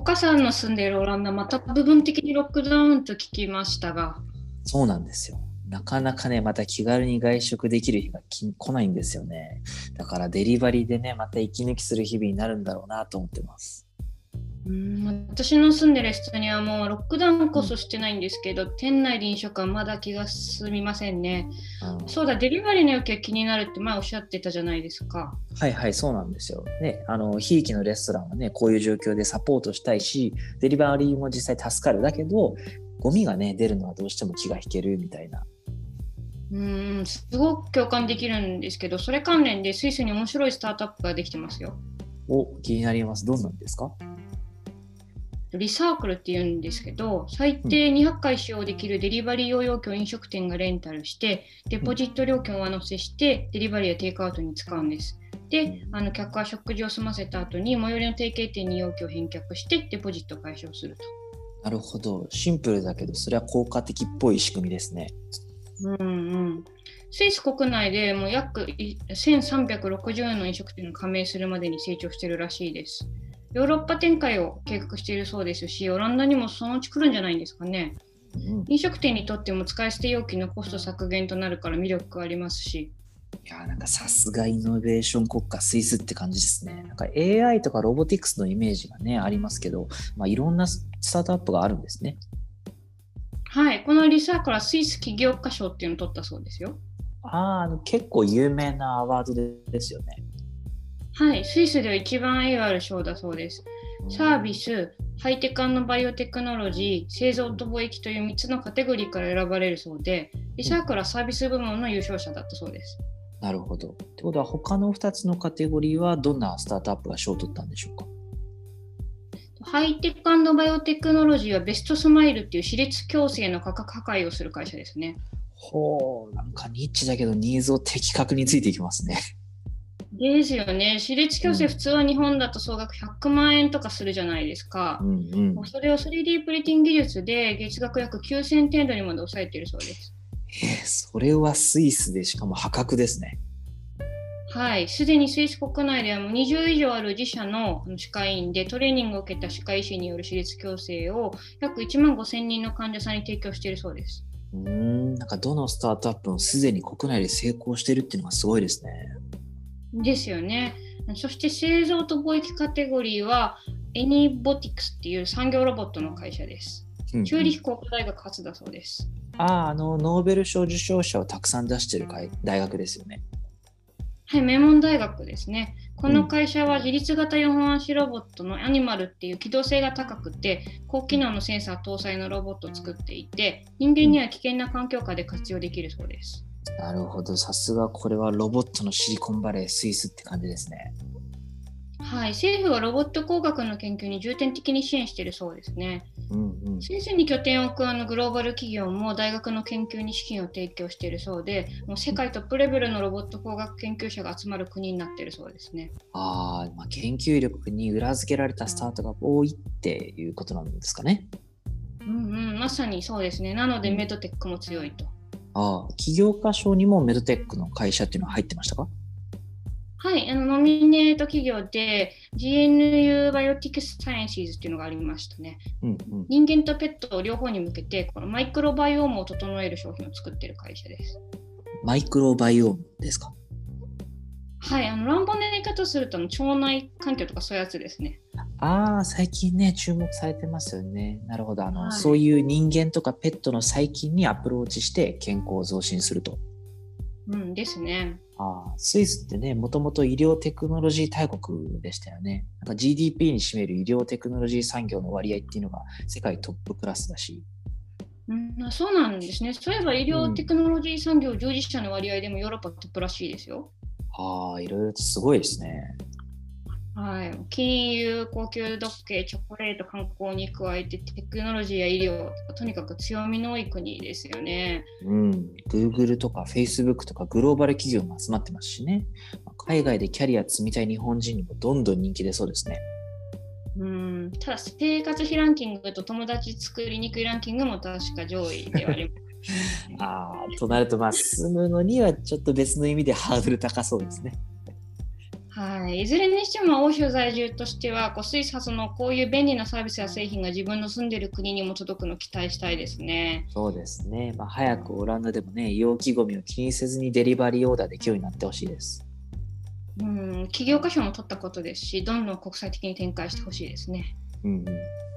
岡さんの住んでいるオランダ、また部分的にロックダウンと聞きましたが。 そうなんですよ。なかなかね、また気軽に外食できる日が来ないんですよね。だからデリバリーでね、また息抜きする日々になるんだろうなと思ってます。 私の住んでる人にはもうロックダウンうん。 こそしてないんですけど、店内で飲食はまだ気が進みませんね。 うん。 そうだ、デリバリーの余計気になるって前おっしゃってたじゃないですか。 はいはい、そうなんですよ。ね、ひいきのレストランはね、こういう状況でサポートしたいし、デリバリーも実際助かる。だけど、ゴミがね、出るのはどうしても気が引けるみたいな。 すごく共感できるんですけど、それ関連でスイスに面白いスタートアップができてますよ。 気になります。どんなんですか？ リサークルっていうんですけど、最うん。 低200回使用できるデリバリー用容器を飲食店がレンタルして、デうん。 ポジット料金を上乗せして、デリバリーやテイクアウトに使うんです。で、 うん。 客は食事を済ませた後に、最寄りの提携店に容器を返却して、デポジットを解消すると。 なるほど。シンプルだけど、それは効果的っぽい仕組みですね。 うんうん。スイス国内でもう約1360の飲食店が加盟するまでに成長しているらしいです。ヨーロッパ展開を計画しているそうですし、オランダにもそのうち来るんじゃないんですかね。 うん。 飲食店にとっても使い捨て容器のコスト削減となるから魅力がありますし。 いやー、なんかさすがイノベーション国家スイスって感じですね。なんか AI とかロボティクスのイメージがね、ありますけど、いろんなスタートアップがあるんですね。 はい、このリサークルはスイス起業家賞っていうのを取ったそうですよ。 結構有名なアワードですよね。 はい、スイスでは一番栄誉ある賞だそうです。サービス、ハイテクバイオテクノロジー、製造と貿易という3つのカテゴリーから選ばれるそうで、リうん。 サークルはサービス部門の優勝者だったそうです。 なるほど。ってことは他の2つのカテゴリーはどんなスタートアップが賞を取ったんでしょうか？ ハイテクバイオテクノロジーはベストスマイルっていう私立矯正の価格破壊をする会社ですね。 ほう、なんかニッチだけどニーズを的確についていきますね。 ですよね。私立うん。 矯正普通は日本だと総額100万円とかするじゃないですか。 うんうん。 それを 3D プリンティング技術で月額約9000程度にまで抑えているそうです。 それはスイスでしかも破格ですね。 はい、すでにスイス国内ではもう20以上ある自社の歯科医院でトレーニングを受けた歯科医師による歯列矯正を約1万5000人の患者さんに提供しているそうです。 なんかどのスタートアップもすでに国内で成功してるっていうのがすごいですね。 ですよね。そして製造と貿易カテゴリーはエニボティクスっていう産業ロボットの会社です。 うんうん。 チューリヒ工科大学発だそうです。 ノーベル賞受賞者をたくさん出してる大学ですよね。 はい、名門大学ですね。このうん。 会社は自律型4本足ロボットのアニマルっていう機動性が高くて高機能のセンサー搭載のロボットを作っていて、人うん。 間には危険な環境下で活用できるそうです。 なるほど。さすがこれはロボットのシリコンバレー、スイスって感じですね。 はい、政府はロボット工学の研究に重点的に支援しているそうですね。 うんうん。 スイスに拠点を置くグローバル企業も大学の研究に資金を提供しているそうで、もう世界トップレベルのロボット工学研究者が集まる国になっているそうですね。 研究力に裏付けられたスタートが多いっていうことなんですかね。 まさにそうですね。なのでメうん。 ドテックも強いと。 起業家賞にもメドテックの会社っていうのは入ってましたか？ はい、ノミネート企業で GNU バイオティクスサイエンシーズっていうのがありましたね。 うんうん。 人間とペット両方に向けてこのマイクロバイオームを整える商品を作っている会社です。 マイクロバイオームですか？ はい、乱暴な言い方すると腸内環境とかそういうやつですね。 最近ね、注目されてますよね。なるほど。 はい。 そういう人間とかペットの細菌にアプローチして健康を増進すると。 ですね。 スイスってね、もともと医療テクノロジー大国でしたよね。なんか GDP に占める医療テクノロジー産業の割合っていうのが世界トップクラスだし。 そうなんですね。そういえば医療テうん。 クノロジー産業従事者の割合でもヨーロッパトップらしいですよ。 いろいろとすごいですね。 はい、金融、高級時計、チョコレート、観光に加えてテクノロジーや医療、とにかく強みの多い国ですよね。 うん。Google とか Facebook とかグローバル企業も集まってますしね。海外でキャリア積みたい日本人にもどんどん人気出そうですね。 ただ生活費ランキングと友達作りにくいランキングも確か上位ではありますね。 となると、住むのにはちょっと別の意味でハードル高そうですね。 はい、いずれにしても欧州在住としてはスイス発のこういう便利なサービスや製品が自分の住んでる国にも届くのを期待したいですね。 そうですね。早くオランダでもね、容器ゴミを気にせずにデリバリーオーダーできるようになってほしいです。 起業家賞も取ったことですし、どんどん国際的に展開してほしいですね。 うんうん。